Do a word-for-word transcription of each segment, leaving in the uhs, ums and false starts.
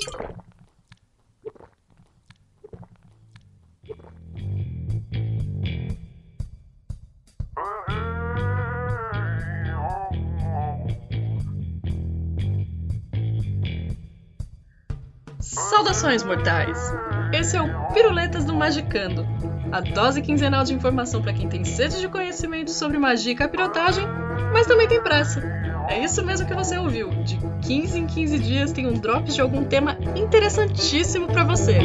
Saudações, mortais! Esse é o Piruletas do Magicando, a dose quinzenal de informação para quem tem sede de conhecimento sobre magia e capirotagem, mas também tem pressa. É isso mesmo que você ouviu, de quinze em quinze dias tem um drop de algum tema interessantíssimo para você.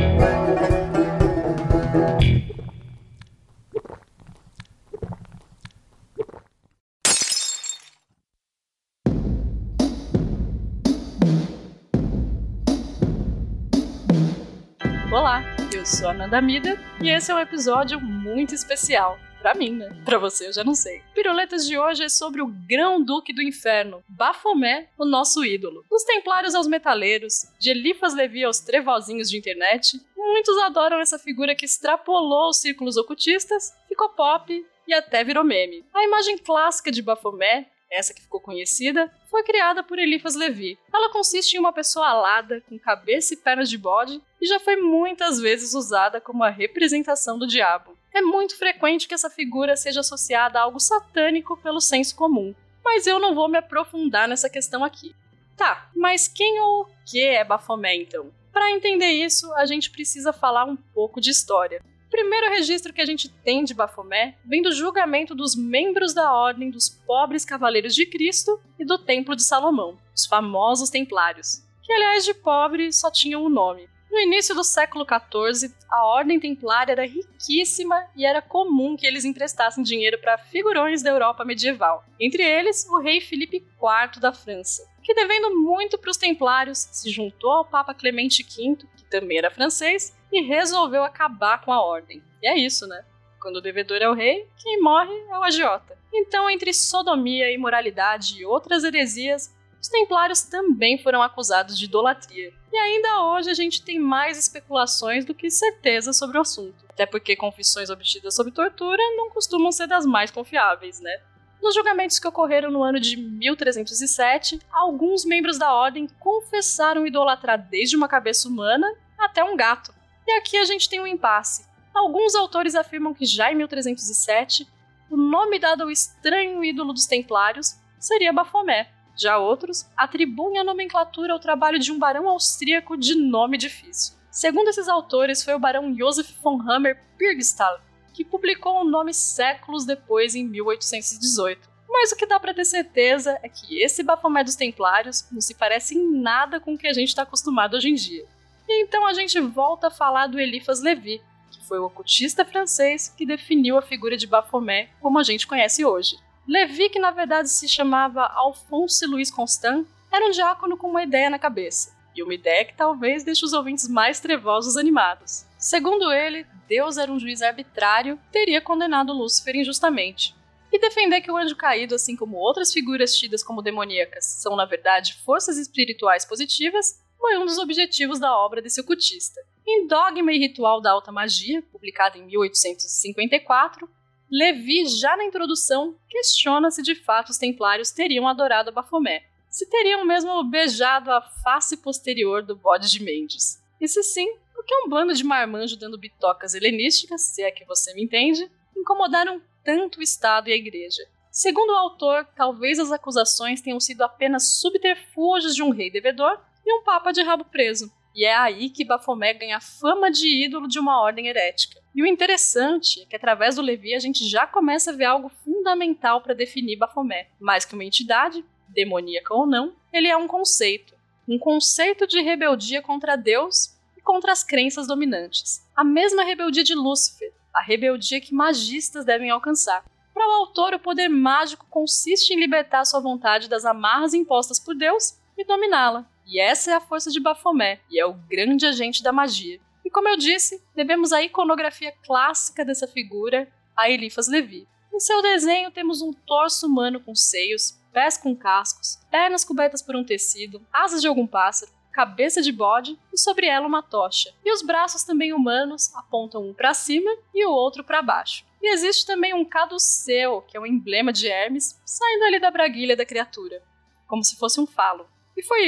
Olá, eu sou a Nanda Mida e esse é um episódio muito especial. Pra mim, né? Pra você eu já não sei. Piruletas de hoje é sobre o Grão-Duque do Inferno, Baphomet, o nosso ídolo. Dos Templários aos Metaleiros, de Eliphas Levi aos trevozinhos de internet, muitos adoram essa figura que extrapolou os círculos ocultistas, ficou pop e até virou meme. A imagem clássica de Baphomet, essa que ficou conhecida, foi criada por Eliphas Levi. Ela consiste em uma pessoa alada, com cabeça e pernas de bode, e já foi muitas vezes usada como a representação do diabo. É muito frequente que essa figura seja associada a algo satânico pelo senso comum, mas eu não vou me aprofundar nessa questão aqui. Tá, mas quem ou o que é Baphomet então? Para entender isso, a gente precisa falar um pouco de história. O primeiro registro que a gente tem de Baphomet vem do julgamento dos membros da Ordem dos Pobres Cavaleiros de Cristo e do Templo de Salomão, os famosos Templários, que aliás de pobre só tinham o nome. No início do século quatorze, a Ordem Templária era riquíssima e era comum que eles emprestassem dinheiro para figurões da Europa medieval, entre eles o rei Filipe quarto da França, que devendo muito para os Templários, se juntou ao Papa Clemente quinto, que também era francês, e resolveu acabar com a ordem. E é isso, né? Quando o devedor é o rei, quem morre é o agiota. Então, entre sodomia, imoralidade e outras heresias, os templários também foram acusados de idolatria. E ainda hoje a gente tem mais especulações do que certeza sobre o assunto. Até porque confissões obtidas sob tortura não costumam ser das mais confiáveis, né? Nos julgamentos que ocorreram no ano de mil trezentos e sete, alguns membros da ordem confessaram idolatrar desde uma cabeça humana até um gato. E aqui a gente tem um impasse. Alguns autores afirmam que já em mil trezentos e sete, o nome dado ao estranho ídolo dos templários seria Baphomet. Já outros atribuem a nomenclatura ao trabalho de um barão austríaco de nome difícil. Segundo esses autores, foi o barão Joseph von Hammer-Pyrgistal, que publicou o nome séculos depois, em mil oitocentos e dezoito. Mas o que dá pra ter certeza é que esse Baphomet dos templários não se parece em nada com o que a gente está acostumado hoje em dia. E então a gente volta a falar do Eliphas Levi, que foi o ocultista francês que definiu a figura de Baphomet como a gente conhece hoje. Levi, que na verdade se chamava Alphonse Louis Constant, era um diácono com uma ideia na cabeça, e uma ideia que talvez deixe os ouvintes mais trevosos animados. Segundo ele, Deus era um juiz arbitrário e teria condenado Lúcifer injustamente. E defender que o anjo caído, assim como outras figuras tidas como demoníacas, são na verdade forças espirituais positivas, foi um dos objetivos da obra desse ocultista. Em Dogma e Ritual da Alta Magia, publicado em mil oitocentos e cinquenta e quatro, Levi, já na introdução, questiona se de fato os templários teriam adorado a Baphomet, se teriam mesmo beijado a face posterior do bode de Mendes. E se sim, porque um bando de marmanjo dando bitocas helenísticas, se é que você me entende, incomodaram tanto o Estado e a Igreja. Segundo o autor, talvez as acusações tenham sido apenas subterfúgios de um rei devedor e um papa de rabo preso. E é aí que Baphomet ganha fama de ídolo de uma ordem herética. E o interessante é que através do Levi a gente já começa a ver algo fundamental para definir Baphomet. Mais que uma entidade, demoníaca ou não, ele é um conceito. Um conceito de rebeldia contra Deus e contra as crenças dominantes. A mesma rebeldia de Lúcifer, a rebeldia que magistas devem alcançar. Para o autor, o poder mágico consiste em libertar sua vontade das amarras impostas por Deus e dominá-la. E essa é a força de Baphomet, e é o grande agente da magia. E como eu disse, devemos a iconografia clássica dessa figura a Eliphas Levi. Em seu desenho temos um torso humano com seios, pés com cascos, pernas cobertas por um tecido, asas de algum pássaro, cabeça de bode e sobre ela uma tocha. E os braços também humanos apontam um para cima e o outro para baixo. E existe também um caduceu, que é um emblema de Hermes, saindo ali da braguilha da criatura, como se fosse um falo. E foi isso.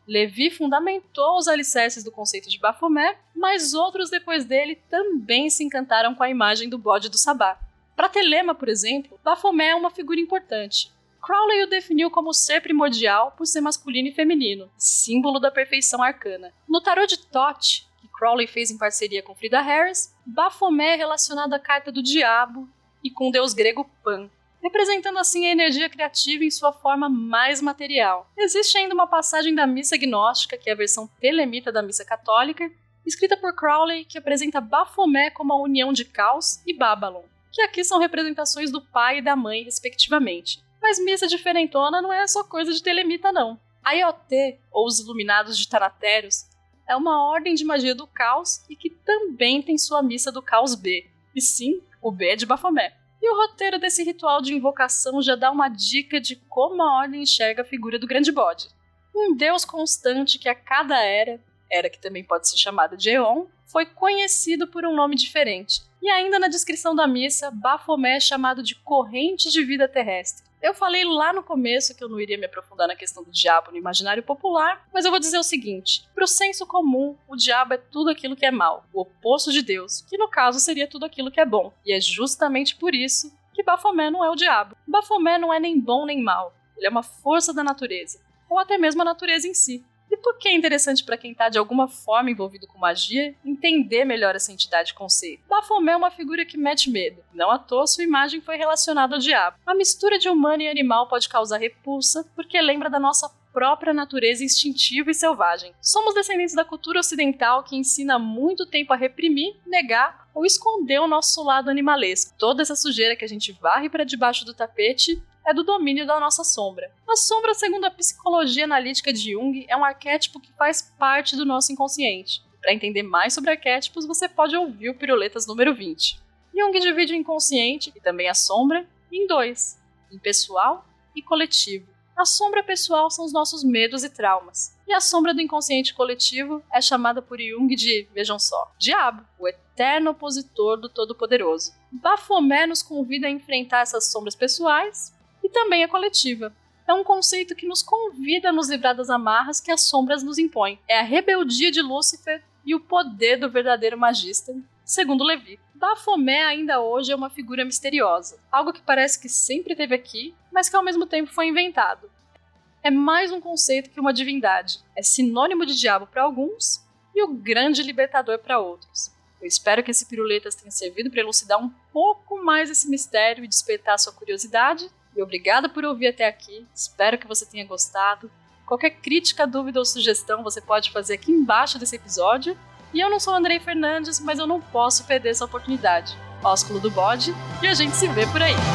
Levi fundamentou os alicerces do conceito de Baphomet, mas outros depois dele também se encantaram com a imagem do bode do sabá. Para Telema, por exemplo, Baphomet é uma figura importante. Crowley o definiu como ser primordial por ser masculino e feminino, símbolo da perfeição arcana. No tarot de Thoth, que Crowley fez em parceria com Frida Harris, Baphomet é relacionado à carta do diabo e com o deus grego Pan, representando assim a energia criativa em sua forma mais material. Existe ainda uma passagem da missa gnóstica, que é a versão telemita da missa católica, escrita por Crowley, que apresenta Baphomet como a união de Caos e Babylon, que aqui são representações do pai e da mãe, respectivamente. Mas missa diferentona não é só coisa de telemita, não. A I O T, ou os Iluminados de Tanateros, é uma ordem de magia do caos e que também tem sua missa do caos B. E sim, o B é de Baphomet. E o roteiro desse ritual de invocação já dá uma dica de como a ordem enxerga a figura do grande bode. Um deus constante que a cada era, era que também pode ser chamada de Eon, foi conhecido por um nome diferente. E ainda na descrição da missa, Baphomet é chamado de corrente de vida terrestre. Eu falei lá no começo que eu não iria me aprofundar na questão do diabo no imaginário popular, mas eu vou dizer o seguinte: para o senso comum, o diabo é tudo aquilo que é mal, o oposto de Deus, que no caso seria tudo aquilo que é bom. E é justamente por isso que Baphomet não é o diabo. Baphomet não é nem bom nem mal, ele é uma força da natureza, ou até mesmo a natureza em si. E por que é interessante para quem está de alguma forma envolvido com magia entender melhor essa entidade conceito? Baphomet é uma figura que mete medo. Não à toa sua imagem foi relacionada ao diabo. A mistura de humano e animal pode causar repulsa porque lembra da nossa própria natureza instintiva e selvagem. Somos descendentes da cultura ocidental que ensina há muito tempo a reprimir, negar ou esconder o nosso lado animalesco. Toda essa sujeira que a gente varre para debaixo do tapete é do domínio da nossa sombra. A sombra, segundo a psicologia analítica de Jung, é um arquétipo que faz parte do nosso inconsciente. Para entender mais sobre arquétipos, você pode ouvir o Piruletas número vinte. Jung divide o inconsciente, e também a sombra, em dois, em pessoal e coletivo. A sombra pessoal são os nossos medos e traumas, e a sombra do inconsciente coletivo é chamada por Jung de, vejam só, diabo, o eterno opositor do Todo-Poderoso. Baphomet nos convida a enfrentar essas sombras pessoais e também a coletiva. É um conceito que nos convida a nos livrar das amarras que as sombras nos impõem. É a rebeldia de Lúcifer e o poder do verdadeiro magista, segundo Levi. Baphomet ainda hoje é uma figura misteriosa, algo que parece que sempre esteve aqui, mas que ao mesmo tempo foi inventado. É mais um conceito que uma divindade. É sinônimo de diabo para alguns e o grande libertador para outros. Eu espero que esse Piruletas tenha servido para elucidar um pouco mais esse mistério e despertar sua curiosidade. E obrigada por ouvir até aqui, espero que você tenha gostado. Qualquer crítica, dúvida ou sugestão você pode fazer aqui embaixo desse episódio. E eu não sou Andrei Fernandes, mas eu não posso perder essa oportunidade. Ósculo do bode, e a gente se vê por aí.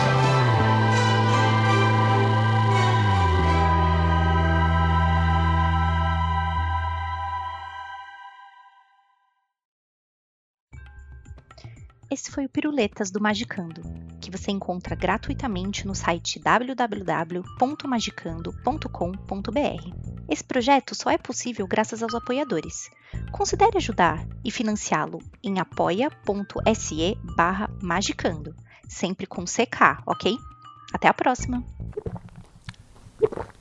Esse foi o Piruletas do Magicando, que você encontra gratuitamente no site w w w ponto magicando ponto com ponto b r. Esse projeto só é possível graças aos apoiadores. Considere ajudar e financiá-lo em apoia.se barra magicando, sempre com C K, ok? Até a próxima!